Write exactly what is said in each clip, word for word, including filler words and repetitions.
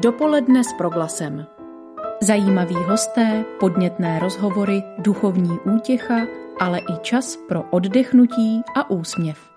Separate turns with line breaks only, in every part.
Dopoledne s Proglasem. Zajímaví hosté, podnětné rozhovory, duchovní útěcha, ale i čas pro oddechnutí a úsměv.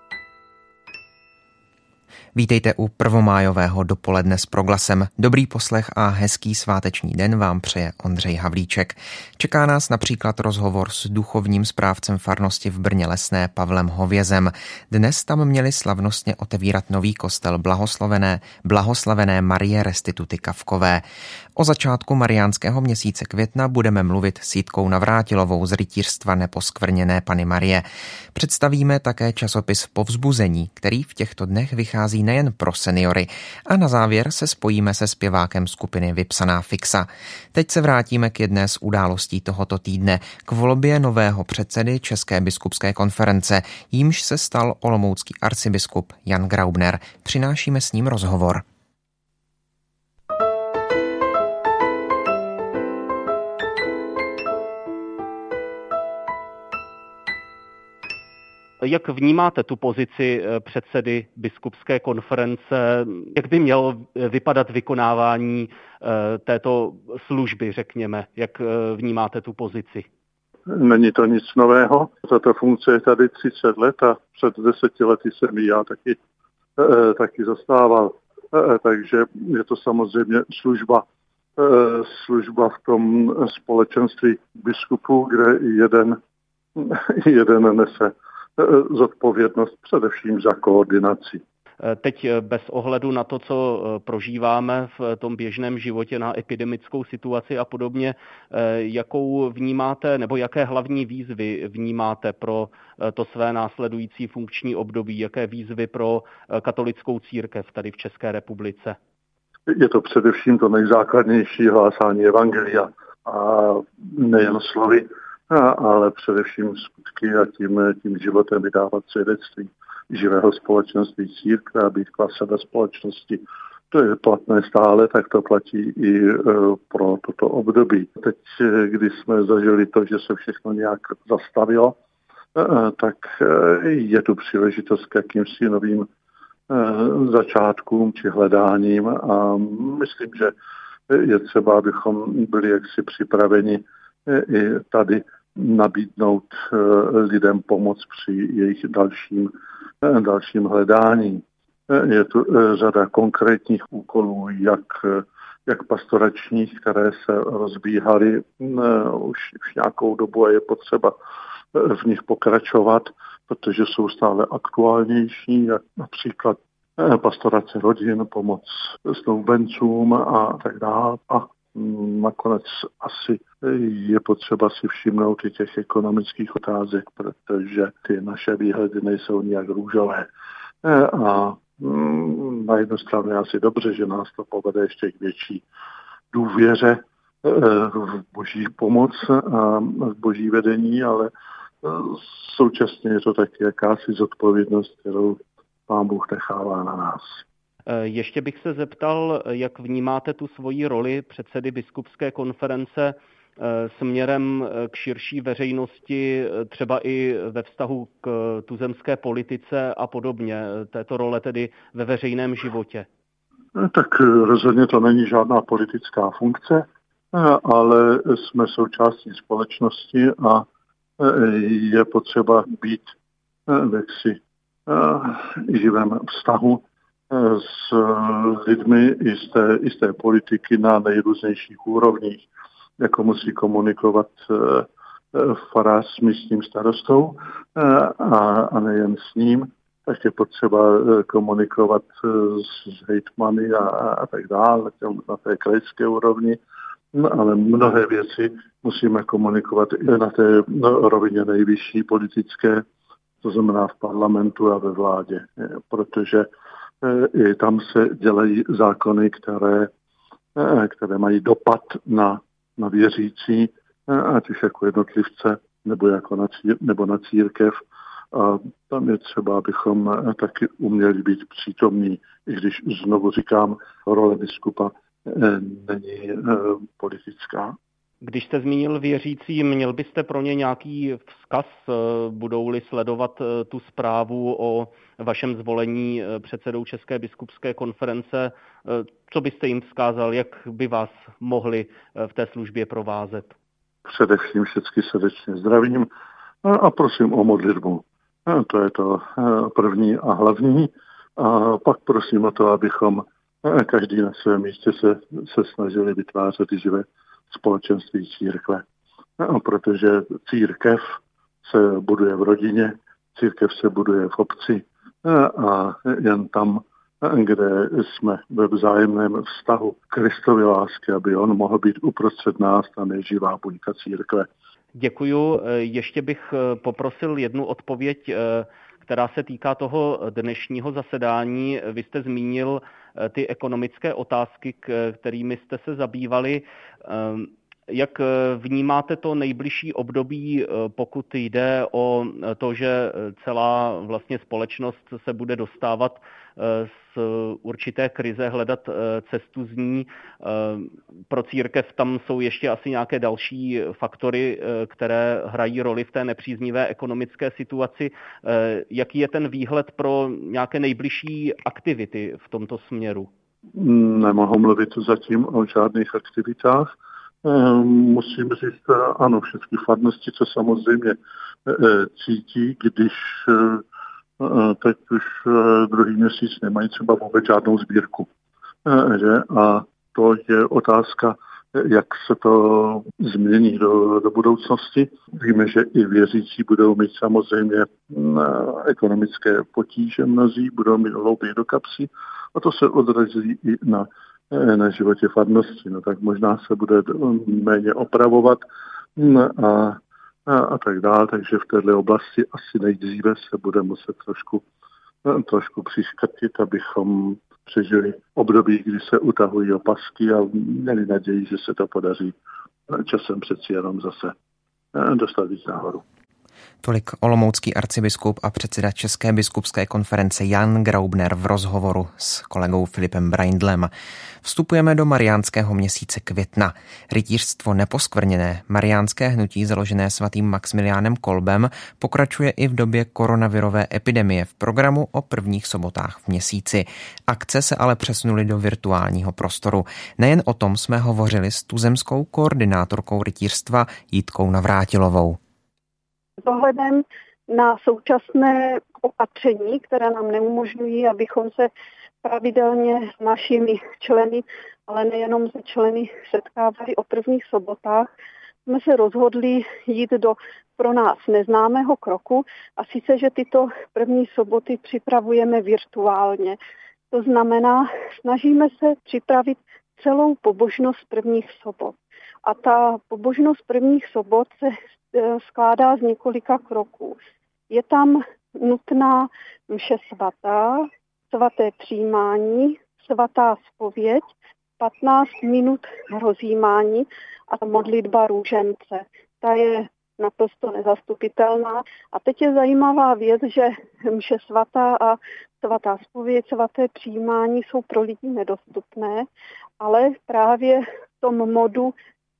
Vítejte u prvomájového Dopoledne s Proglasem. Dobrý poslech a hezký sváteční den vám přeje Ondřej Havlíček. Čeká nás například rozhovor s duchovním správcem farnosti v Brně Lesné Pavlem Hovězem. Dnes tam měli slavnostně otevírat nový kostel blahoslavené, blahoslavené Marie Restituty Kavkové. O začátku mariánského měsíce května budeme mluvit s Jitkou Navrátilovou z rytířstva Neposkvrněné Panny Marie. Představíme také časopis Povzbuzení, který v těchto dnech vychází nejen pro seniory, a na závěr se spojíme se zpěvákem skupiny Vypsaná fixa. Teď se vrátíme k jedné z událostí tohoto týdne, k volbě nového předsedy České biskupské konference, jímž se stal olomoucký arcibiskup Jan Graubner. Přinášíme s ním rozhovor.
Jak vnímáte tu pozici předsedy biskupské konference? Jak by mělo vypadat vykonávání této služby, řekněme? Jak vnímáte tu pozici?
Není to nic nového. Tato funkce je tady třicet let a před deseti lety jsem ji já taky, taky zastával. Takže je to samozřejmě služba, služba v tom společenství biskupů, kde jeden, jeden nese zodpovědnost především za koordinaci.
Teď bez ohledu na to, co prožíváme v tom běžném životě, na epidemickou situaci a podobně, jakou vnímáte, nebo jaké hlavní výzvy vnímáte pro to své následující funkční období, jaké výzvy pro katolickou církev tady v České republice?
Je to především to nejzákladnější hlásání evangelia a nejen slovy, ale především skutky a tím, tím životem vydávat svědectví živého společenství církve a být klasa ve společnosti. To je platné stále, tak to platí i pro toto období. Teď, když jsme zažili to, že se všechno nějak zastavilo, tak je tu příležitost k jakýmsi novým začátkům či hledáním a myslím, že je třeba, abychom byli jaksi připraveni i tady nabídnout lidem pomoc při jejich dalším, dalším hledání. Je tu řada konkrétních úkolů, jak, jak pastoračních, které se rozbíhaly už, už nějakou dobu a je potřeba v nich pokračovat, protože jsou stále aktuálnější, jak například pastorace rodin, pomoc snoubencům a tak dále. A nakonec asi je potřeba si všimnout i těch ekonomických otázek, protože ty naše výhledy nejsou nijak růžové. A na jednu stranu je asi dobře, že nás to povede ještě k větší důvěře v boží pomoc a v boží vedení, ale současně je to taky jakási zodpovědnost, kterou Pán Bůh nechává na nás.
Ještě bych se zeptal, jak vnímáte tu svoji roli předsedy biskupské konference směrem k širší veřejnosti, třeba i ve vztahu k tuzemské politice a podobně, této role tedy ve veřejném životě?
Tak rozhodně to není žádná politická funkce, ale jsme součástí společnosti a je potřeba být v jaksi živém vztahu s lidmi i z té, i z té politiky na nejrůznějších úrovních, jako musí komunikovat farář s místním starostou a, a nejen s ním, tak je potřeba komunikovat s hejtmany a, a tak dále na té krajské úrovni, ale mnohé věci musíme komunikovat i na té rovině nejvyšší politické, to znamená v parlamentu a ve vládě, protože i tam se dělají zákony, které, které mají dopad na, na věřící, ať už jako jednotlivce nebo, jako na, cír, nebo na církev. A tam je třeba, abychom taky uměli být přítomní, i když znovu říkám, role biskupa není politická.
Když jste zmínil věřící, měl byste pro ně nějaký vzkaz, budou-li sledovat tu zprávu o vašem zvolení předsedou České biskupské konference? Co byste jim vzkázal, jak by vás mohli v té službě provázet?
Především všechny srdečně zdravím a prosím o modlitbu. To je to první a hlavní. A pak prosím o to, abychom každý na svém místě se, se snažili vytvářet živé společenství církve. No, protože církev se buduje v rodině, církev se buduje v obci a jen tam, kde jsme ve vzájemném vztahu Kristovy lásky, aby on mohl být uprostřed nás, ta neživá buňka církve.
Děkuju. Ještě bych poprosil jednu odpověď, která se týká toho dnešního zasedání. Vy jste zmínil ty ekonomické otázky, kterými jste se zabývali. Jak vnímáte to nejbližší období, pokud jde o to, že celá vlastně společnost se bude dostávat z určité krize, hledat cestu z ní? Pro církev tam jsou ještě asi nějaké další faktory, které hrají roli v té nepříznivé ekonomické situaci. Jaký je ten výhled pro nějaké nejbližší aktivity v tomto směru?
Nemohu mluvit zatím o žádných aktivitách. Musím říct, ano, všechny farnosti, co samozřejmě cítí, když teď už druhý měsíc nemají třeba vůbec žádnou sbírku. Že? A to je otázka, jak se to změní do, do budoucnosti. Víme, že i věřící budou mít samozřejmě ekonomické potíže, mnozí budou mít hlouběji do kapsy a to se odrazí i na na životě farnosti, no tak možná se bude méně opravovat a, a, a tak dále, takže v této oblasti asi nejdříve se bude muset trošku, trošku přiškrtit, abychom přežili období, kdy se utahují opasky a měli naději, že se to podaří časem přeci jenom zase dostat víc nahoru.
Tolik olomoucký arcibiskup a předseda České biskupské konference Jan Graubner v rozhovoru s kolegou Filipem Braindlem. Vstupujeme do mariánského měsíce května. Rytířstvo neposkvrněné, mariánské hnutí založené svatým Maxmiliánem Kolbem, pokračuje i v době koronavirové epidemie v programu o prvních sobotách v měsíci. Akce se ale přesunuly do virtuálního prostoru. Nejen o tom jsme hovořili s tuzemskou koordinátorkou rytířstva Jitkou Navrátilovou.
S ohledem na současné opatření, které nám neumožňují, abychom se pravidelně s našimi členy, ale nejenom se členy setkávali o prvních sobotách, jsme se rozhodli jít do pro nás neznámého kroku a sice, že tyto první soboty připravujeme virtuálně. To znamená, snažíme se připravit celou pobožnost prvních sobot. A ta pobožnost prvních sobot se skládá z několika kroků. Je tam nutná mše svatá, svaté přijímání, svatá zpověď, patnáct minut rozjímání a modlitba růžence. Ta je naprosto nezastupitelná. A teď je zajímavá věc, že mše svatá a svatá zpověď, svaté přijímání jsou pro lidi nedostupné, ale právě v tom modu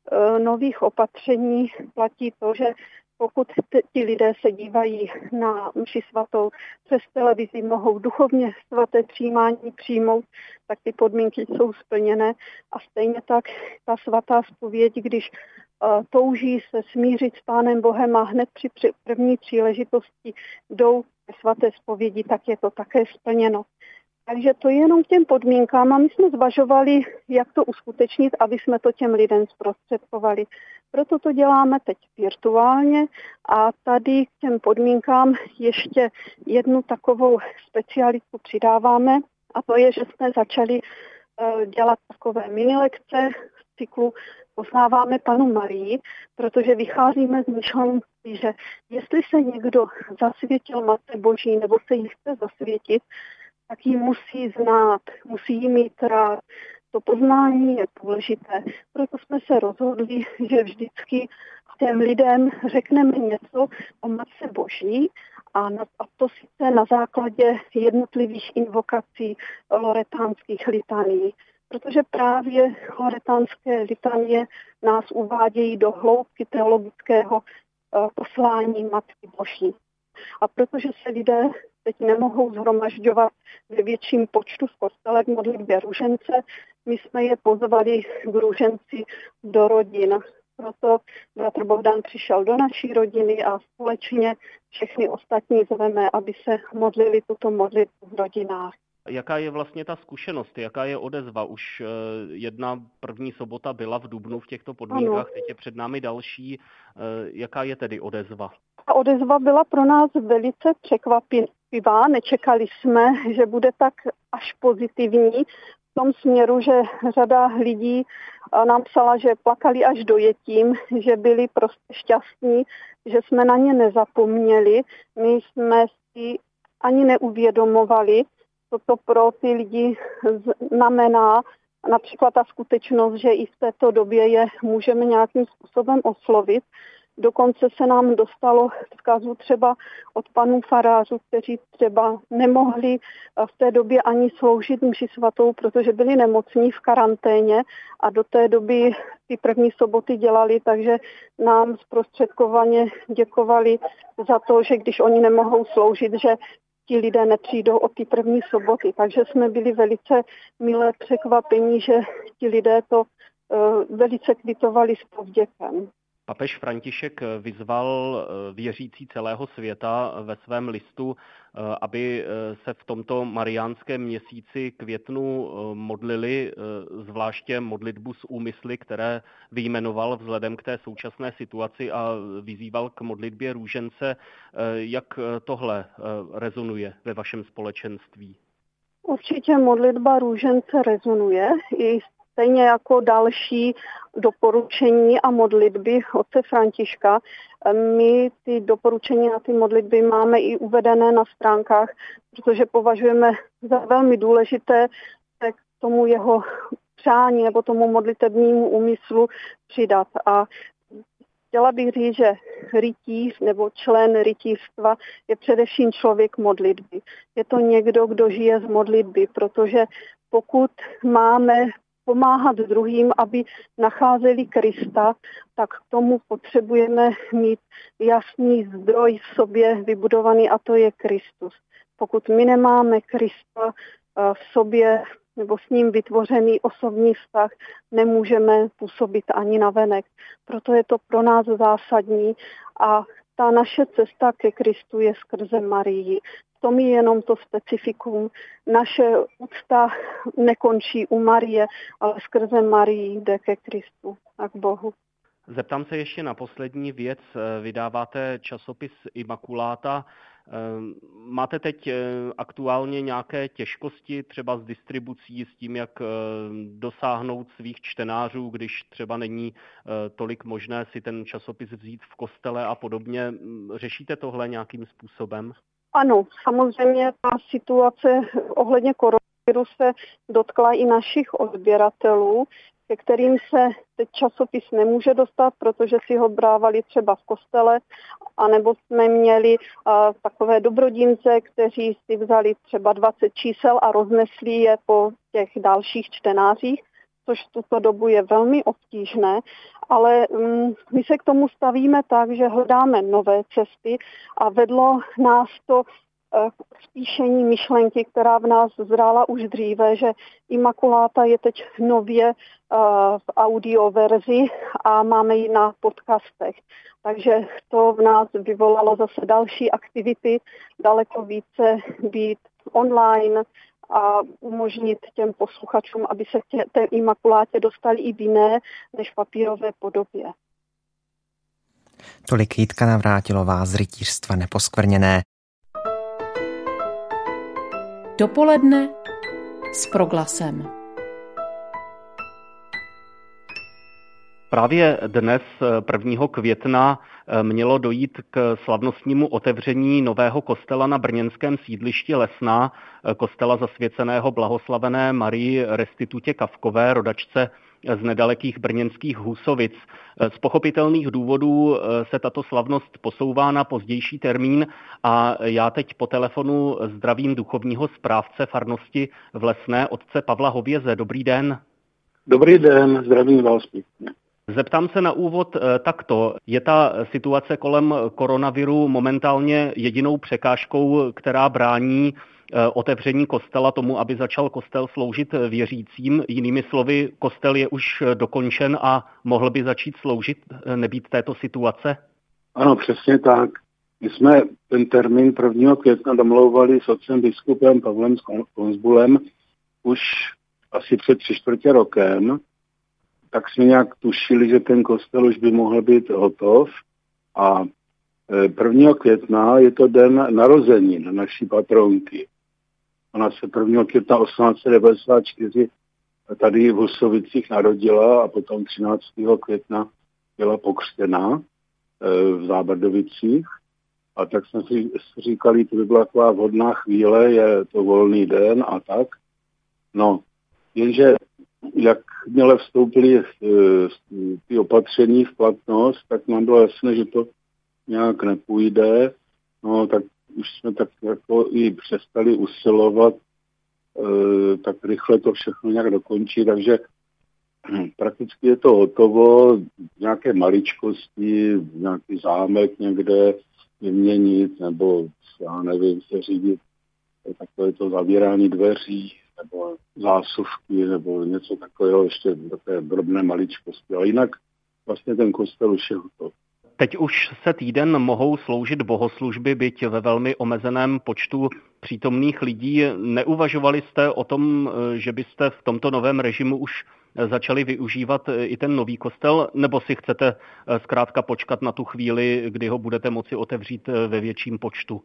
nových opatření platí to, že pokud ti lidé se dívají na mši svatou přes televizi, mohou duchovně svaté přijímání přijmout, tak ty podmínky jsou splněné. A stejně tak ta svatá zpověď, když uh, touží se smířit s Pánem Bohem a hned při první příležitosti jdou ke svaté zpovědi, tak je to také splněno. Takže to je jenom k těm podmínkám a my jsme zvažovali, jak to uskutečnit, aby jsme to těm lidem zprostředkovali. Proto to děláme teď virtuálně a tady k těm podmínkám ještě jednu takovou specialitu přidáváme a to je, že jsme začali dělat takové mini lekce z cyklu Poznáváme Panu Marii, protože vycházíme z myšlenky, že jestli se někdo zasvětil Matce Boží nebo se jí chce zasvětit, tak ji musí znát, musí ji mít rád. To poznání je důležité. Proto jsme se rozhodli, že vždycky těm lidem řekneme něco o Matce Boží a, na, a to sice na základě jednotlivých invokací loretánských litaní. protože právě loretánské litanie nás uvádějí do hloubky teologického poslání Matky Boží. A protože se lidé teď nemohou shromažďovat ve větším počtu v kostele k modlitbě růžence, my jsme je pozvali k růženci do rodin. Proto bratr Bohdan přišel do naší rodiny a společně všechny ostatní zveme, aby se modlili tuto modlitbu v rodinách.
Jaká je vlastně ta zkušenost, jaká je odezva? Už jedna první sobota byla v dubnu v těchto podmínkách, ano. Teď je před námi další. Jaká je tedy odezva?
Ta odezva byla pro nás velice překvapivá. Nečekali jsme, že bude tak až pozitivní v tom směru, že řada lidí nám psala, že plakali až dojetím, že byli prostě šťastní, že jsme na ně nezapomněli. My jsme si ani neuvědomovali, co to pro ty lidi znamená. Například ta skutečnost, že i v této době je můžeme nějakým způsobem oslovit. Dokonce se nám dostalo vzkazu třeba od panů farářů, kteří třeba nemohli v té době ani sloužit mši svatou, protože byli nemocní v karanténě a do té doby ty první soboty dělali, takže nám zprostředkovaně děkovali za to, že když oni nemohou sloužit, že ti lidé nepřijdou od ty první soboty. Takže jsme byli velice milé překvapení, že ti lidé to uh, velice kvitovali s povděkem.
Papež František vyzval věřící celého světa ve svém listu, aby se v tomto mariánském měsíci květnu modlili, zvláště modlitbu s úmysly, které vyjmenoval vzhledem k té současné situaci a vyzýval k modlitbě růžence. Jak tohle rezonuje ve vašem společenství?
Určitě modlitba růžence rezonuje i stejně jako další doporučení a modlitby otce Františka. My ty doporučení a ty modlitby máme i uvedené na stránkách, protože považujeme za velmi důležité se k tomu jeho přání nebo tomu modlitebnímu úmyslu přidat. A chtěla bych říct, že rytíř nebo člen rytířstva je především člověk modlitby. Je to někdo, kdo žije z modlitby, protože pokud máme pomáhat druhým, aby nacházeli Krista, tak k tomu potřebujeme mít jasný zdroj v sobě vybudovaný a to je Kristus. Pokud my nemáme Krista v sobě nebo s ním vytvořený osobní vztah, nemůžeme působit ani navenek. Proto je to pro nás zásadní a ta naše cesta ke Kristu je skrze Marii. V tom je jenom to specifikum. Naše úcta nekončí u Marie, ale skrze Marii jde ke Kristu a k Bohu.
Zeptám se ještě na poslední věc. Vydáváte časopis Immaculata. Máte teď aktuálně nějaké těžkosti třeba s distribucí, s tím, jak dosáhnout svých čtenářů, když třeba není tolik možné si ten časopis vzít v kostele a podobně? Řešíte tohle nějakým způsobem?
Ano, samozřejmě ta situace ohledně koronaviru se dotkla i našich odběratelů, ke kterým se teď časopis nemůže dostat, protože si ho brávali třeba v kostele, anebo jsme měli uh, takové dobrodince, kteří si vzali třeba dvacet čísel a roznesli je po těch dalších čtenářích, což v tuto dobu je velmi obtížné, ale um, my se k tomu stavíme tak, že hledáme nové cesty a vedlo nás to k spíšení myšlenky, která v nás zrála už dříve, že Immaculata je teď nově uh, v audioverzi a máme ji na podcastech. Takže to v nás vyvolalo zase další aktivity, daleko více být online a umožnit těm posluchačům, aby se k té Immaculátě dostali i v jiné než papírové podobě.
Tolik Jitka Navrátilová z Rytířstva neposkvrněné.
Dopoledne s Proglasem.
Právě dnes, prvního května, mělo dojít k slavnostnímu otevření nového kostela na brněnském sídlišti Lesná, kostela zasvěceného blahoslavené Marii Restitutě Kavkové, rodačce z nedalekých brněnských Husovic. Z pochopitelných důvodů se tato slavnost posouvá na pozdější termín a já teď po telefonu zdravím duchovního správce farnosti v Lesné, otce Pavla Hověze. Dobrý den.
Dobrý den, zdravím vás pěkně.
Zeptám se na úvod takto. Je ta situace kolem koronaviru momentálně jedinou překážkou, která brání otevření kostela tomu, aby začal kostel sloužit věřícím? Jinými slovy, kostel je už dokončen a mohl by začít sloužit, nebýt této situace?
Ano, přesně tak. My jsme ten termín prvního května domlouvali s otcem biskupem Pavlem Konzbulem už asi před tři čtvrtě rokem. Tak jsme nějak tušili, že ten kostel už by mohl být hotov a prvního května je to den narození na naší patronky. Ona se prvního května osmnáct set devadesát čtyři tady v Husovicích narodila a potom třináctého května byla pokřtěna v Zábrdovicích. A tak jsme si říkali, to by byla taková vhodná chvíle, je to volný den a tak. No, jenže jakmile vstoupily ty opatření v platnost, tak nám bylo jasné, že to nějak nepůjde. No, tak už jsme tak jako i přestali usilovat e, tak rychle to všechno nějak dokončit, takže hm, prakticky je to hotovo, nějaké maličkosti, nějaký zámek někde vyměnit, nebo já nevím, se řídit takové to zavírání dveří, nebo zásuvky, nebo něco takového, ještě takové drobné maličkosti, ale jinak vlastně ten kostel už je hotov.
Teď už se týden mohou sloužit bohoslužby, byť ve velmi omezeném počtu přítomných lidí. Neuvažovali jste o tom, že byste v tomto novém režimu už začali využívat i ten nový kostel, nebo si chcete zkrátka počkat na tu chvíli, kdy ho budete moci otevřít ve větším počtu?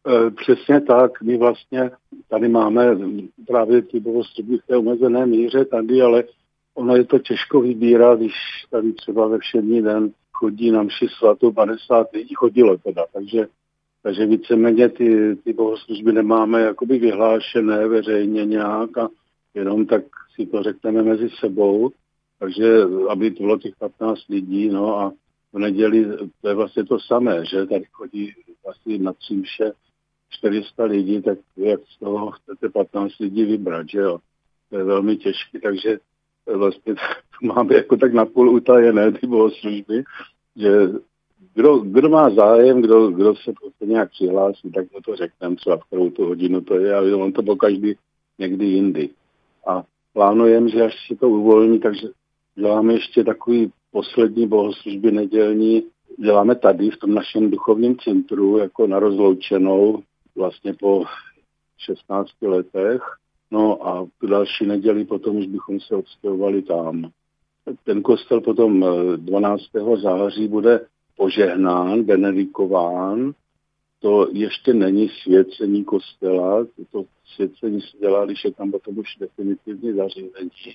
Přesně tak. My vlastně tady máme právě ty bohoslužby v té omezené míře tady, ale ono je to těžko vybírat, když tady třeba ve všední den chodí na mši svatou padesát lidí, chodilo teda, takže, takže víceméně ty, ty bohoslužby nemáme jakoby vyhlášené veřejně nějak a jenom tak si to řekneme mezi sebou, takže aby to bylo těch patnáct lidí, no a v neděli to je vlastně to samé, že tady chodí asi na tři mše čtyři sta lidí, tak jak z toho chcete patnáct lidí vybrat, že jo, to je velmi těžké, takže vlastně máme jako tak napůl utajené ty bohoslužby, že kdo, kdo má zájem, kdo, kdo se prostě nějak přihlásí, tak mu to řekneme třeba v kterou tu hodinu to je, ale on to po každý někdy jindy. A plánujeme, že až se to uvolní, takže děláme ještě takový poslední bohoslužby nedělní, děláme tady v tom našem duchovním centru jako na rozloučenou vlastně po šestnácti letech. No a tu další neděli potom už bychom se odstěhovali tam. Ten kostel potom dvanáctého září bude požehnán, benedikován. To ještě není svěcení kostela. To svěcení se dělá, když je tam potom už definitivní zařízení.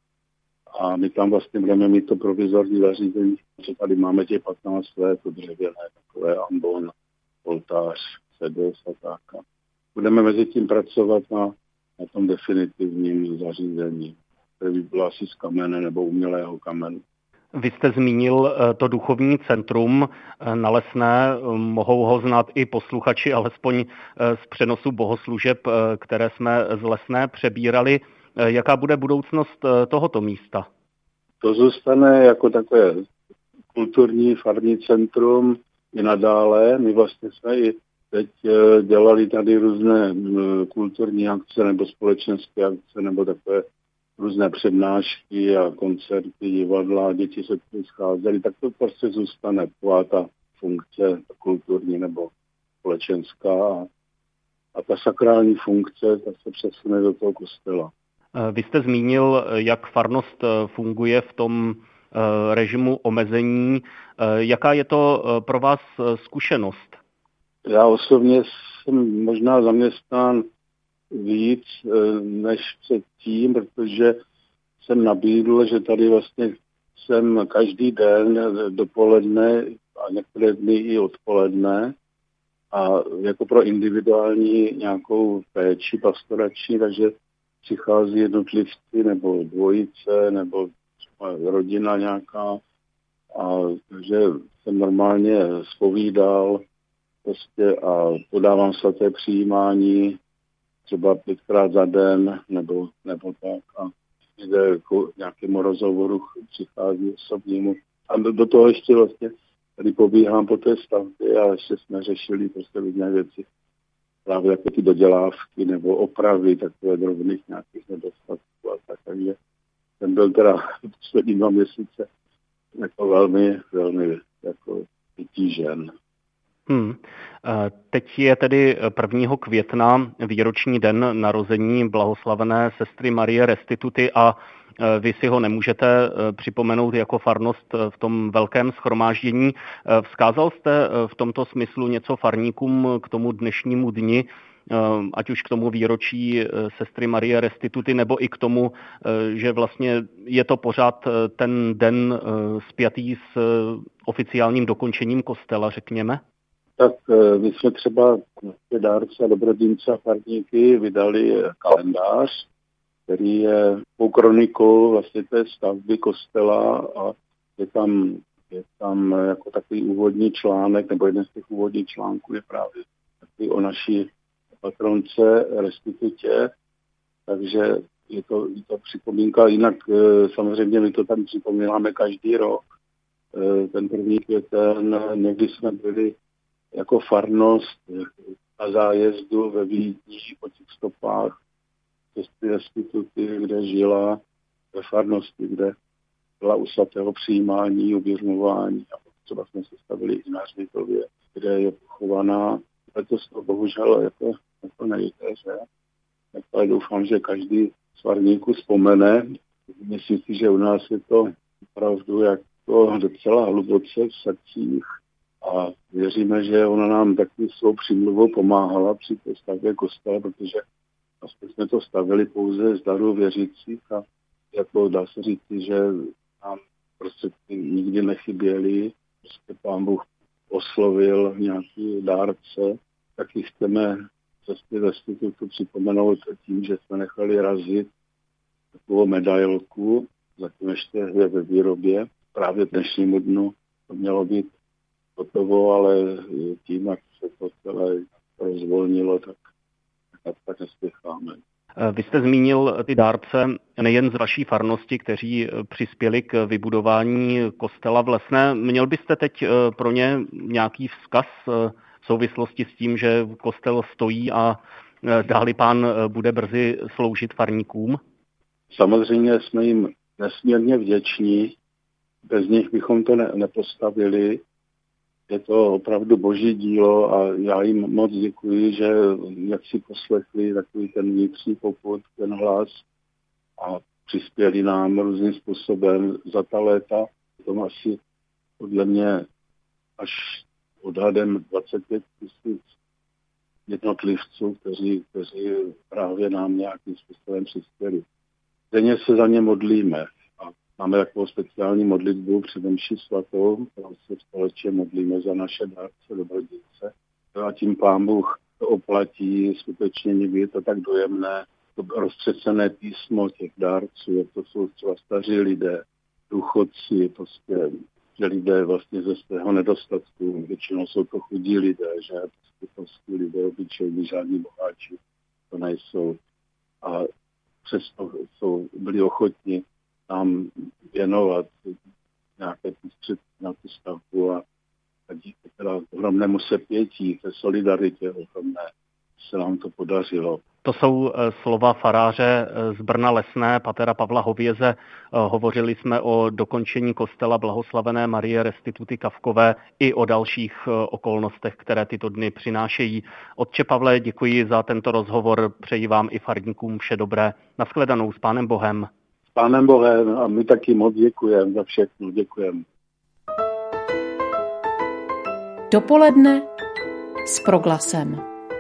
A my tam vlastně budeme mít to provizorní zařízení, že tady máme těch patnáct let, to dřevěné, takové ambon, oltář, sedes a tak. Budeme mezi tím pracovat na na tom definitivním zařízení, které by bylo asi z kamene nebo umělého kamenu.
Vy jste zmínil to duchovní centrum na Lesné, mohou ho znát i posluchači, alespoň z přenosu bohoslužeb, které jsme z Lesné přebírali. Jaká bude budoucnost tohoto místa?
To zůstane jako takové kulturní farní centrum i nadále. My vlastně jsme i teď dělali tady různé kulturní akce nebo společenské akce nebo takové různé přednášky a koncerty, divadla, děti se tu scházely, tak to prostě zůstane taková ta funkce kulturní nebo společenská a, a ta sakrální funkce ta se přesune do toho kostela.
Vy jste zmínil, jak farnost funguje v tom režimu omezení. Jaká je to pro vás zkušenost?
Já osobně jsem možná zaměstnán víc než předtím, protože jsem nabídl, že tady vlastně jsem každý den dopoledne a některé dny i odpoledne a jako pro individuální nějakou péči pastorační, takže přichází jednotlivci nebo dvojice nebo rodina nějaká. A takže jsem normálně zpovídal prostě a podávám svaté přijímání třeba pětkrát za den nebo, nebo tak a jde k nějakému rozhovoru přichází osobnímu. A do, do toho ještě vlastně tady pobíhám po té stavbě a ještě jsme řešili prostě různé věci. Právě jako ty dodělávky nebo opravy takové drobných nějakých nedostatků a tak. Takže jsem byl teda poslední dva měsíce jako velmi, velmi jako vytížen.
Hmm. Teď je tedy prvního května výroční den narození blahoslavené sestry Marie Restituty a vy si ho nemůžete připomenout jako farnost v tom velkém shromáždění. Vzkázal jste v tomto smyslu něco farníkům k tomu dnešnímu dni, ať už k tomu výročí sestry Marie Restituty, nebo i k tomu, že vlastně je to pořád ten den spjatý s oficiálním dokončením kostela, řekněme?
Tak my jsme třeba dárci a dobrodinci a farníky vydali kalendář, který je po kronikou vlastně té stavby kostela a je tam, je tam jako takový úvodní článek, nebo jeden z těch úvodních článků je právě takový o naší patronce Restitutě, takže je to, je to připomínka. Jinak samozřejmě my to tam připomínáme každý rok. Ten první květen, někdy jsme byli jako farnost na zájezdu ve Vídni po těch stopách sestry Restituty, kde žila ve farnosti, kde byla u svatého přijímání, uběžmování a třeba jsme se stavili i na Hřbitově, kde je pochovaná. Letos to bohužel jako, jako nejde, že? Ale doufám, že každý z farníků vzpomene. Myslím si, že u nás je to opravdu jako docela hluboce v srdcích a věříme, že ona nám taky svou přímluvou pomáhala při té stavbě kostela, protože vlastně jsme to stavili pouze z darů věřících a jako dá se říct, že nám prostředky nikdy nechyběly. Prostě Pán Bůh oslovil nějaký dárce, taky chceme cesty Restitutu připomenout tím, že jsme nechali razit takovou medailku, zatím ještě je ve výrobě. Právě dnešnímu dnu to mělo být hotovo, ale tím, jak se to celé rozvolnilo, tak tak nespěcháme.
Vy jste zmínil ty dárce nejen z vaší farnosti, kteří přispěli k vybudování kostela v Lesné. Měl byste teď pro ně nějaký vzkaz v souvislosti s tím, že kostel stojí a dáli Pán bude brzy sloužit farníkům?
Samozřejmě jsme jim nesmírně vděční. Bez nich bychom to ne- nepostavili. Je to opravdu boží dílo a já jim moc děkuji, že jak si poslechli takový ten vnitřní popud, ten hlas a přispěli nám různým způsobem za ta léta. To asi podle mě až odhadem dvacet pět tisíc jednotlivců, kteří, kteří právě nám nějakým způsobem přispěli. Denně se za ně modlíme. Máme takovou speciální modlitbu před mší svatou, kterou se společně modlíme za naše dárce, dobrodince. A tím Pán Bůh to oplatí, skutečně někdy je to tak dojemné, to roztřesené písmo těch dárců, jak to jsou třeba staří lidé, důchodci, prostě, že lidé vlastně ze svého nedostatku, většinou jsou to chudí lidé, že prostě lidé obyčejní, žádní boháči to nejsou. A přesto jsou, byli ochotni nám věnovat nějaké prostředky na tu stavbu a, a díky teda ohromnému sepětí, té solidaritě ohromné se nám to podařilo.
To jsou slova faráře z Brna Lesné, patera Pavla Hověze. Hovořili jsme o dokončení kostela blahoslavené Marie Restituty Kavkové i o dalších okolnostech, které tyto dny přinášejí. Otče Pavle, děkuji za tento rozhovor, přeji vám i farníkům vše dobré. Nashledanou, s Pánem Bohem.
Pánem Bohem a my taky moc děkujeme za všechno. Děkujeme.
Dopoledne s Proglasem.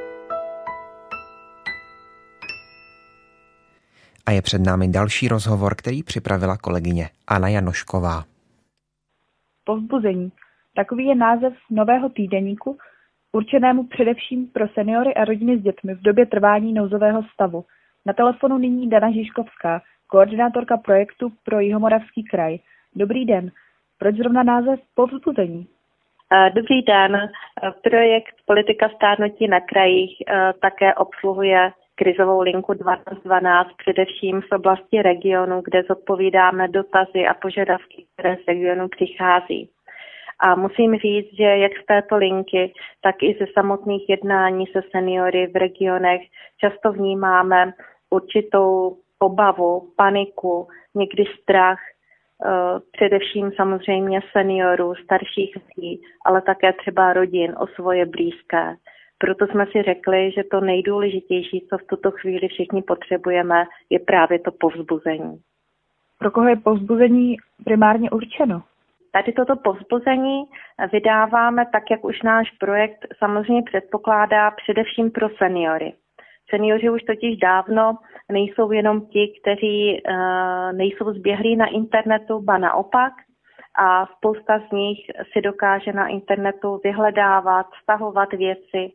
A je před námi další rozhovor, který připravila kolegyně Anna Janošková.
Povzbuzení. Takový je název nového týdeníku, určenému především pro seniory a rodiny s dětmi v době trvání nouzového stavu. Na telefonu nyní Dana Žižkovská, koordinátorka projektu pro Jihomoravský kraj. Dobrý den. Proč zrovna název Povzbuzení?
Dobrý den. Projekt Politika stárnutí na krajích také obsluhuje krizovou linku dvanáct dvanáct, především v oblasti regionu, kde zodpovídáme dotazy a požadavky, které z regionu přichází. A musím říct, že jak z této linky, tak i ze samotných jednání se seniory v regionech často vnímáme určitou obavu, paniku, někdy strach, především samozřejmě seniorů, starších lidí, ale také třeba rodin o svoje blízké. Proto jsme si řekli, že to nejdůležitější, co v tuto chvíli všichni potřebujeme, je právě to povzbuzení.
Pro koho je povzbuzení primárně určeno?
Tady toto povzbuzení vydáváme tak, jak už náš projekt samozřejmě předpokládá, především pro seniory. Seniori už totiž dávno nejsou jenom ti, kteří uh, nejsou zběhlí na internetu, ba naopak. A spousta z nich si dokáže na internetu vyhledávat, stahovat věci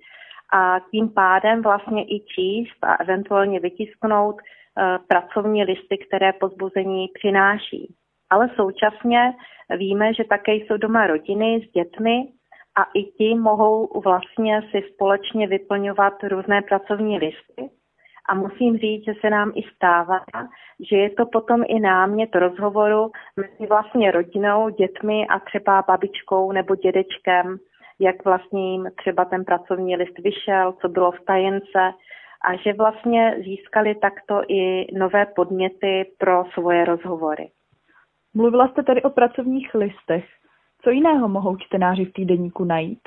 a tím pádem vlastně i číst a eventuálně vytisknout uh, pracovní listy, které povzbuzení přináší. Ale současně víme, že také jsou doma rodiny s dětmi a i ti mohou vlastně si společně vyplňovat různé pracovní listy. A musím říct, že se nám i stává, že je to potom i námět rozhovoru mezi vlastně rodinou, dětmi a třeba babičkou nebo dědečkem, jak vlastně jim třeba ten pracovní list vyšel, co bylo v tajence a že vlastně získali takto i nové podněty pro svoje rozhovory.
Mluvila jste tedy o pracovních listech. Co jiného mohou čtenáři v týdeníku najít?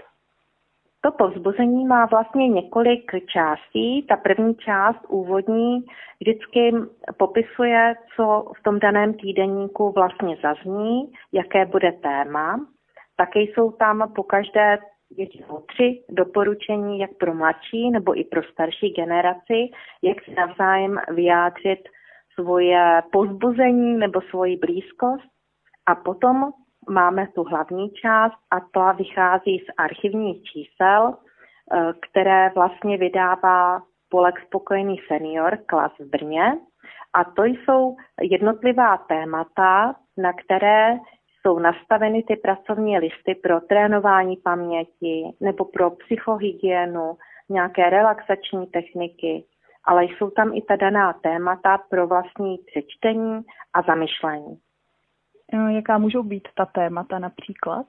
To povzbuzení má vlastně několik částí. Ta první část, úvodní, vždycky popisuje, co v tom daném týdeníku vlastně zazní, jaké bude téma. Také jsou tam pokaždé většinou tři doporučení, jak pro mladší nebo i pro starší generaci, jak si navzájem vyjádřit svoje povzbuzení nebo svoji blízkost. A potom máme tu hlavní část a ta vychází z archivních čísel, které vlastně vydává spolek Spokojený senior Klas v Brně. A to jsou jednotlivá témata, na které jsou nastaveny ty pracovní listy pro trénování paměti nebo pro psychohygienu, nějaké relaxační techniky, ale jsou tam i ta daná témata pro vlastní přečtení a zamyšlení.
Jaká můžou být ta témata například?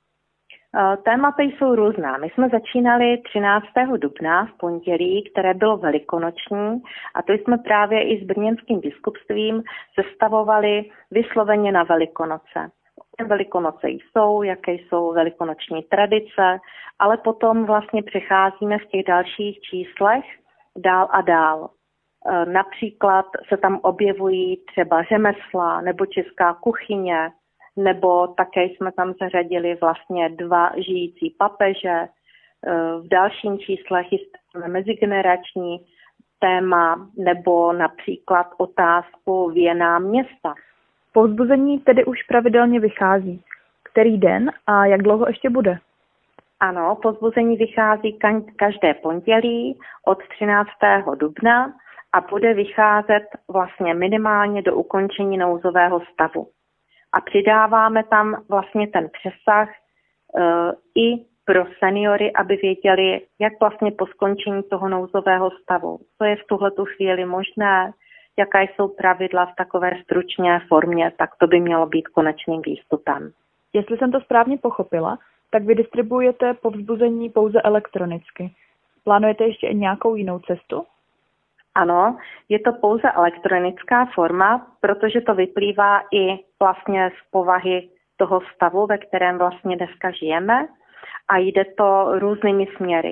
Témata jsou různá. My jsme začínali třináctého dubna v pondělí, které bylo velikonoční, a to jsme právě i s brněnským biskupstvím sestavovali vysloveně na Velikonoce. Velikonoce jsou, jaké jsou velikonoční tradice, ale potom vlastně přecházíme v těch dalších číslech dál a dál. Například se tam objevují třeba řemesla nebo česká kuchyně, nebo také jsme tam zařadili vlastně dva žijící papeže. V dalším čísle chystáme mezigenerační téma nebo například otázku věná města.
Povzbuzení tedy už pravidelně vychází. Který den a jak dlouho ještě bude?
Ano, povzbuzení vychází každé pondělí od třináctého dubna a bude vycházet vlastně minimálně do ukončení nouzového stavu. A přidáváme tam vlastně ten přesah e, i pro seniory, aby věděli, jak vlastně po skončení toho nouzového stavu, co je v tuhletu chvíli možné, jaká jsou pravidla v takové stručné formě, tak to by mělo být konečným výstupem.
Jestli jsem to správně pochopila, tak vy distribuujete povzbuzení pouze elektronicky. Plánujete ještě i nějakou jinou cestu?
Ano, je to pouze elektronická forma, protože to vyplývá i vlastně z povahy toho stavu, ve kterém vlastně dneska žijeme, a jde to různými směry.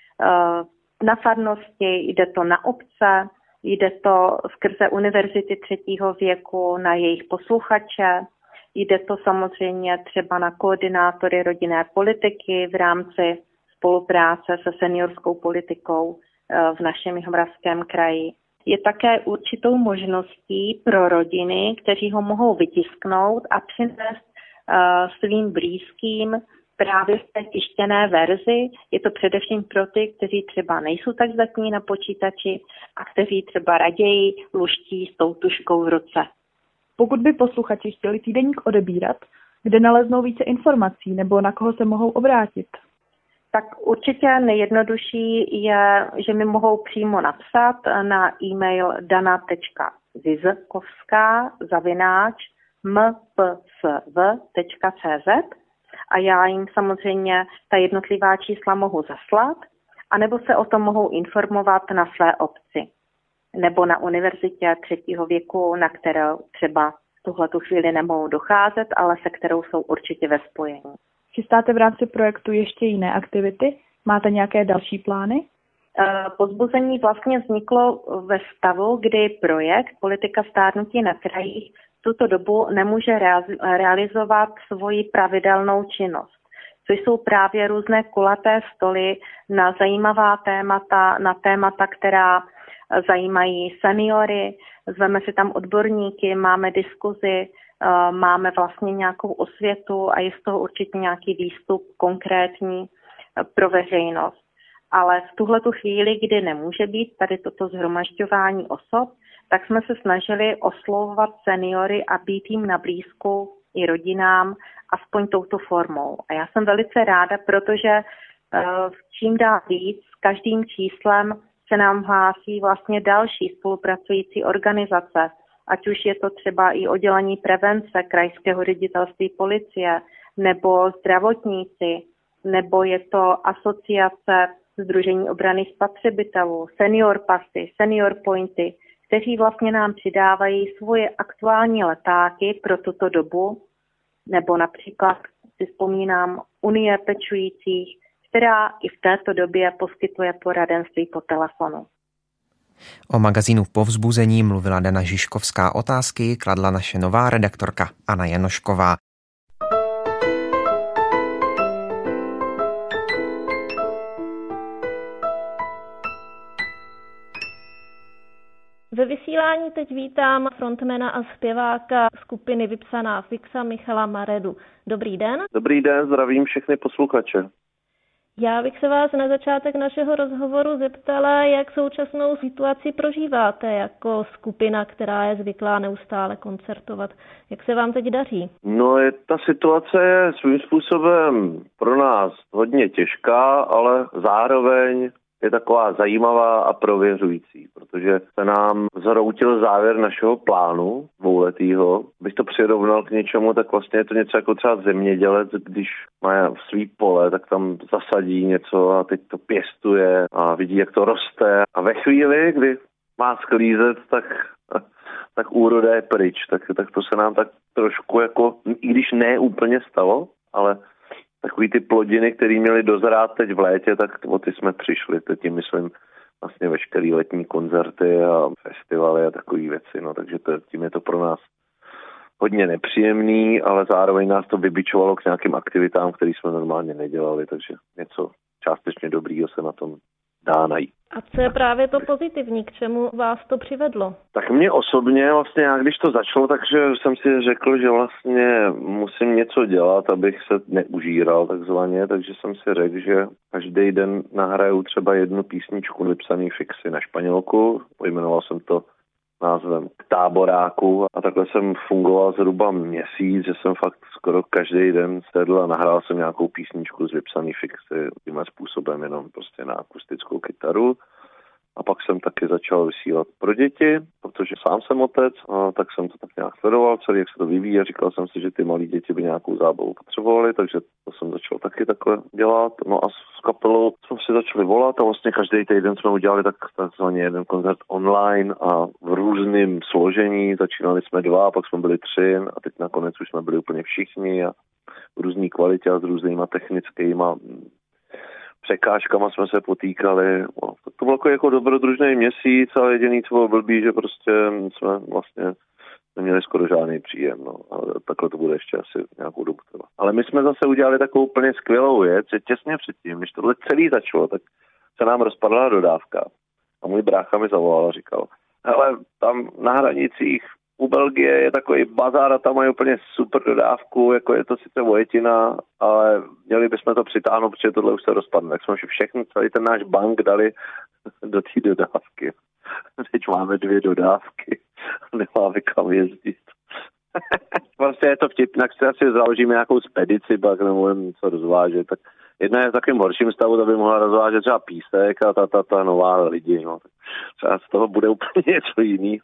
Na farnosti, jde to na obce, jde to skrze univerzity třetího věku na jejich posluchače, jde to samozřejmě třeba na koordinátory rodinné politiky v rámci spolupráce se seniorskou politikou v našem Jihomoravském kraji. Je také určitou možností pro rodiny, kteří ho mohou vytisknout a přinést svým blízkým právě v té tištěné verzi. Je to především pro ty, kteří třeba nejsou tak zdatní na počítači a kteří třeba raději luští s tou tužkou v ruce.
Pokud by posluchači chtěli týdeník odebírat, kde naleznou více informací nebo na koho se mohou obrátit?
Tak určitě nejjednodušší je, že mi mohou přímo napsat na e-mail dana tečka zizkovská zavináč m p s v tečka c z a já jim samozřejmě ta jednotlivá čísla mohu zaslat, anebo se o tom mohou informovat na své obci nebo na univerzitě třetího věku, na kterou třeba v tuhletu chvíli nemohou docházet, ale se kterou jsou určitě ve spojení.
Chystáte v rámci projektu ještě jiné aktivity? Máte nějaké další plány?
Povzbuzení vlastně vzniklo ve stavu, kdy projekt Politika stárnutí na krajích v tuto dobu nemůže realizovat svoji pravidelnou činnost, což jsou právě různé kulaté stoly na zajímavá témata, na témata, která zajímají seniory, zveme si tam odborníky, máme diskuzi, máme vlastně nějakou osvětu a je z toho určitě nějaký výstup konkrétní pro veřejnost. Ale v tuhletu chvíli, kdy nemůže být tady toto shromažďování osob, tak jsme se snažili oslovovat seniory a být jim na blízku i rodinám, aspoň touto formou. A já jsem velice ráda, protože čím dál víc, s každým číslem se nám hlásí vlastně další spolupracující organizace, ať už je to třeba i oddělení prevence Krajského ředitelství policie, nebo zdravotníci, nebo je to asociace Sdružení obrany spotřebitelů, senior pasy, senior pointy, kteří vlastně nám přidávají svoje aktuální letáky pro tuto dobu, nebo například si vzpomínám Unie pečujících, která i v této době poskytuje poradenství po telefonu.
O magazínu Povzbuzení mluvila Dana Žižkovská, otázky kladla naše nová redaktorka Anna Janošková.
Ve vysílání teď vítám frontmana a zpěváka skupiny Vypsaná fixa Michala Maredu. Dobrý den.
Dobrý den, zdravím všechny posluchače.
Já bych se vás na začátek našeho rozhovoru zeptala, jak současnou situaci prožíváte jako skupina, která je zvyklá neustále koncertovat. Jak se vám teď daří?
No, je, ta situace je svým způsobem pro nás hodně těžká, ale zároveň je taková zajímavá a prověřující, protože se nám zhroutil závěr našeho plánu dvouletýho. Bych to přirovnal k něčemu, tak vlastně je to něco jako třeba zemědělec, když má svý pole, tak tam zasadí něco a teď to pěstuje a vidí, jak to roste. A ve chvíli, kdy má sklízet, tak, tak úroda je pryč. Tak, tak to se nám tak trošku jako, i když ne úplně stalo, ale takový ty plodiny, které měly dozrát teď v létě, tak o ty jsme přišli. Teď tím myslím vlastně veškerý letní koncerty a festivaly a takové věci. No, takže to, tím je to pro nás hodně nepříjemný, ale zároveň nás to vybičovalo k nějakým aktivitám, které jsme normálně nedělali, takže něco částečně dobrýho se na tom dá najít.
A co je právě to pozitivní, k čemu vás to přivedlo?
Tak mě osobně vlastně, já když to začalo, takže jsem si řekl, že vlastně musím něco dělat, abych se neužíral takzvaně, takže jsem si řekl, že každý den nahraju třeba jednu písničku Vypsaný fixy na španělku, pojmenoval jsem to názvem K táboráku a takhle jsem fungoval zhruba měsíc, že jsem fakt skoro každý den sedl a nahrál jsem nějakou písničku z Vypsaný fixy tímhle způsobem jenom prostě na akustickou kytaru. A pak jsem taky začal vysílat pro děti, protože sám jsem otec, a tak jsem to tak nějak sledoval, celý, jak se to vyvíjí a říkal jsem si, že ty malí děti by nějakou zábavu potřebovali, takže to jsem začal taky takhle dělat. No a s kapelou jsme si začali volat a vlastně každý týden jsme udělali tak, takzvaně jeden koncert online a v různém složení. Začínali jsme dva, pak jsme byli tři a teď nakonec už jsme byli úplně všichni a v různé kvalitě a s různýma technickýma překážkama jsme se potýkali. No, to bylo jako, jako dobrodružný měsíc, ale jediný, co bylo blbý, že prostě jsme vlastně neměli skoro žádný příjem. No. A takhle to bude ještě asi nějakou dobu trvat. Ale my jsme zase udělali takovou úplně skvělou věc, že těsně předtím, když tohle celý začalo, tak se nám rozpadla dodávka. A můj brácha mi zavolal a říkal, hele, tam na hranicích u Belgie je takový bazár a tam mají úplně super dodávku, jako je to sice vojetina, ale měli bychom to přitáhnout, protože tohle už se rozpadne. Tak jsme už všechno, celý ten náš bank dali do té dodávky. Teď máme dvě dodávky, nemáme kam jezdit. Vlastně je to vtipné, jak si asi založíme nějakou spedici, pak nemůžeme něco rozvážet, tak jedna je v takovém horším stavu, aby mohla rozvážet třeba písek a ta, ta, ta nová lidi. No. Třeba z toho bude úplně něco jiného.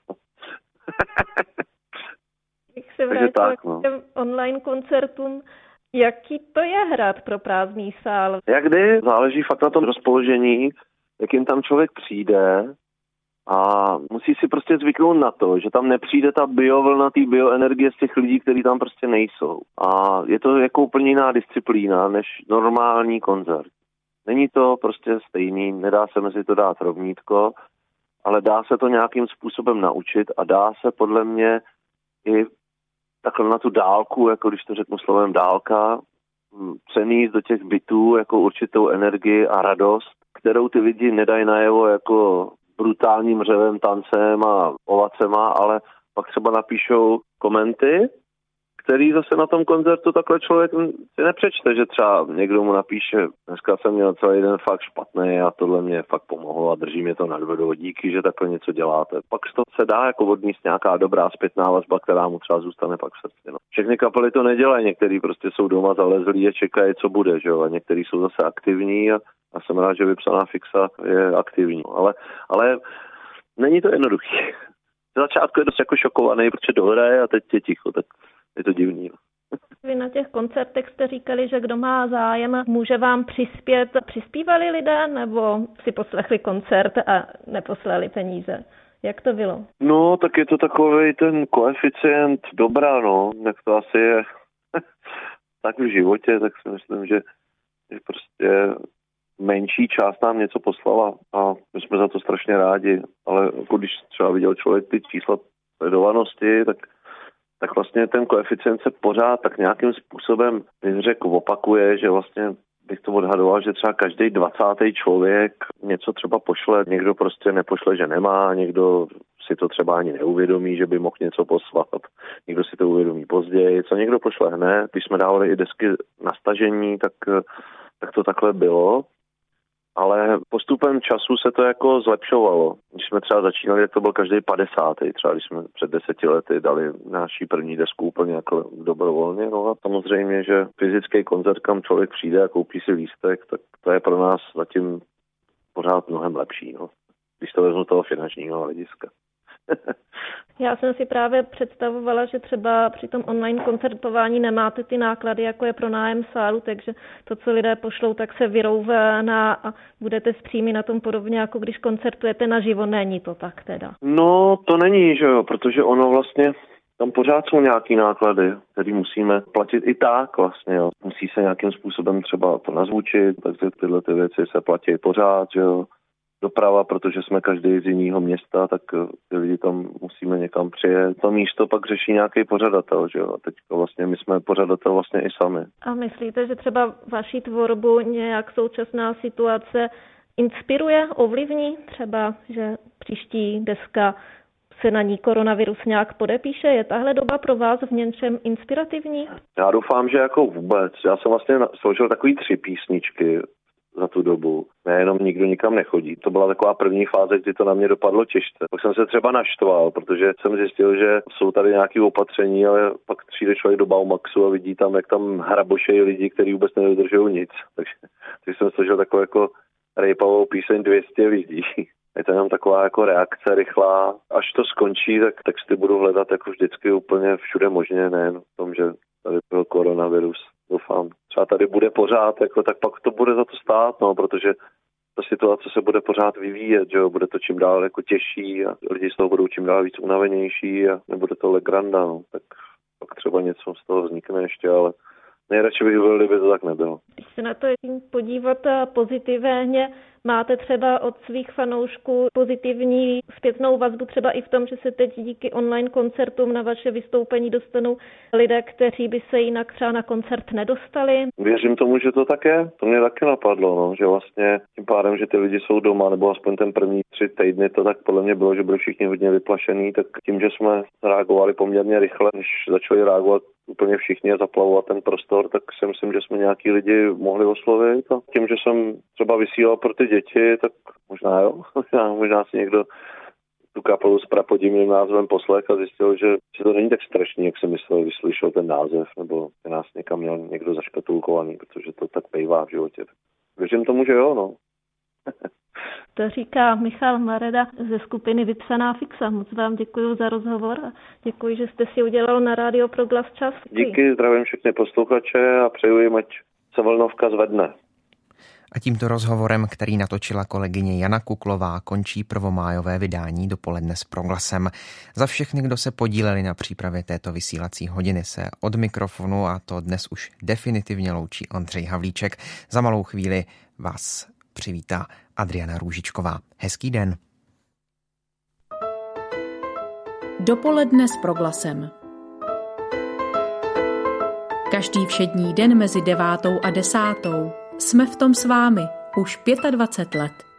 Jak se vrátila k těm online koncertům, jaký to je hrát pro prázdný sál?
Jak kdy, záleží fakt na tom rozpoložení, jakým tam člověk přijde a musí si prostě zvyknout na to, že tam nepřijde ta biovlna, ty bioenergie z těch lidí, kteří tam prostě nejsou. A je to jako úplně jiná disciplína než normální koncert. Není to prostě stejný, nedá se mezi to dát rovnítko, ale dá se to nějakým způsobem naučit a dá se podle mě i takhle na tu dálku, jako když to řeknu slovem dálka, přenést do těch bytů jako určitou energii a radost, kterou ty lidi nedají najevo jako brutálním řevem, tancem a ovacema, ale pak třeba napíšou komenty, který zase na tom koncertu takhle člověk si nepřečte, že třeba někdo mu napíše, dneska jsem měl celý den fakt špatný a tohle mě fakt pomohlo a drží mě to nad vodou, díky, že takhle něco děláte. Pak z toho se dá jako odníst nějaká dobrá zpětná vazba, která mu třeba zůstane pak v srdci. No. Všechny kapely to nedělají, některý prostě jsou doma zalezlí a čekají, co bude, že jo, a některý jsou zase aktivní a, a jsem rád, že Vypsaná fixa je aktivní. Ale, ale není to jednoduchý. Z začátku je dost jako šokovaný, protože dohraje a teď je ticho, tak je to divný.
Vy na těch koncertech jste říkali, že kdo má zájem, může vám přispět. Přispívali lidé, nebo si poslechli koncert a neposlali peníze? Jak to bylo?
No, tak je to takovej ten koeficient dobrá, no. Jak to asi je tak v životě, tak si myslím, že, že prostě menší část nám něco poslala a my jsme za to strašně rádi. Ale jako když třeba viděl člověk ty čísla sledovanosti, tak tak vlastně ten koeficient se pořád tak nějakým způsobem, bych řekl, opakuje, že vlastně bych to odhadoval, že třeba každý dvacátý člověk něco třeba pošle, někdo prostě nepošle, že nemá, někdo si to třeba ani neuvědomí, že by mohl něco poslat, někdo si to uvědomí později, co někdo pošle hned. Když jsme dávali i desky na stažení, tak, tak to takhle bylo. Ale postupem času se to jako zlepšovalo. Když jsme třeba začínali, tak to byl každý padesátý. Třeba když jsme před deseti lety dali naší první desku úplně jako dobrovolně. No a samozřejmě, že fyzický koncert, kam člověk přijde a koupí si lístek, tak to je pro nás zatím pořád mnohem lepší. No. Když to vezmu toho finančního hlediska.
Já jsem si právě představovala, že třeba při tom online koncertování nemáte ty náklady, jako je pronájem sálu, takže to, co lidé pošlou, tak se vyrovná a budete s příjmy na tom podobně, jako když koncertujete naživo. Není to tak teda?
No, to není, že jo, protože ono vlastně, tam pořád jsou nějaký náklady, které musíme platit i tak vlastně, jo. Musí se nějakým způsobem třeba to nazvučit, takže tyhle ty věci se platí pořád, že jo. Doprava, protože jsme každý z jiného města, tak ty lidi tam musíme někam přijet. To místo pak řeší nějaký pořadatel, že jo? A teď vlastně my jsme pořadatel vlastně i sami.
A myslíte, že třeba vaši tvorbu nějak současná situace inspiruje, ovlivní? Třeba, že příští deska se na ní koronavirus nějak podepíše? Je tahle doba pro vás v něčem inspirativní?
Já doufám, že jako vůbec. Já jsem vlastně složil takový tři písničky za tu dobu. Nejenom nikdo nikam nechodí. To byla taková první fáze, kdy to na mě dopadlo těžce. Pak jsem se třeba naštval, protože jsem zjistil, že jsou tady nějaké opatření, ale pak přijde člověk do Baumaxu a vidí tam, jak tam hrabošejí lidi, kteří vůbec nedodržují nic. Takže, takže jsem složil takovou jako rejpavou píseň dvě stě lidí. Je to jenom taková jako reakce rychlá. Až to skončí, tak texty budu hledat jako vždycky úplně všude možně, nejen v tom, že tady byl koronavirus. Doufám. Třeba tady bude pořád, jako, tak pak to bude za to stát, no, protože ta situace se bude pořád vyvíjet, že jo, bude to čím dál jako těžší a lidi z toho budou čím dál víc unavenější a nebude to legranda, no, tak pak třeba něco z toho vznikne ještě, ale nejradši bych byl, kdyby to tak nebylo.
Když se na to podívat pozitivně, Máte třeba od svých fanoušků pozitivní zpětnou vazbu třeba i v tom, že se teď díky online koncertům na vaše vystoupení dostanou lidé, kteří by se jinak třeba na koncert nedostali?
Věřím tomu, že to tak je. To mě taky napadlo, no, že vlastně tím pádem, že ty lidi jsou doma, nebo aspoň ten první tři týdny, to tak podle mě bylo, že byli všichni hodně vyplašení, tak tím, že jsme reagovali poměrně rychle, než začali reagovat úplně všichni a zaplavovat ten prostor, tak si myslím, že jsme nějaký lidi mohli oslovit. A tím, že jsem třeba vysílal pro ty děti, tak možná jo, možná si někdo tu kapelu s prapodivným názvem poslech a zjistil, že, že to není tak strašný, jak jsem myslel, když slyšel ten název, nebo že nás někam měl někdo zaškatulkovaný, protože to tak bývá v životě. Věřím tomu, že jo, no.
To říká Michal Mareda ze skupiny Vypsaná fixa. Moc vám děkuji za rozhovor a děkuji, že jste si udělal na Rádio Proglas čas.
Díky, zdravím všechny posluchače a přeju jim, ať se vlnovka zvedne.
A tímto rozhovorem, který natočila kolegyně Jana Kuklová, končí prvomájové vydání Dopoledne s Proglasem. Za všechny, kdo se podíleli na přípravě této vysílací hodiny, se od mikrofonu, a to dnes už definitivně, loučí Ondřej Havlíček. Za malou chvíli vás přivítá Adriana Růžičková. Hezký den.
Dopoledne s Proglasem. Každý všední den mezi devátou a desátou jsme v tom s vámi už dvacet pět let.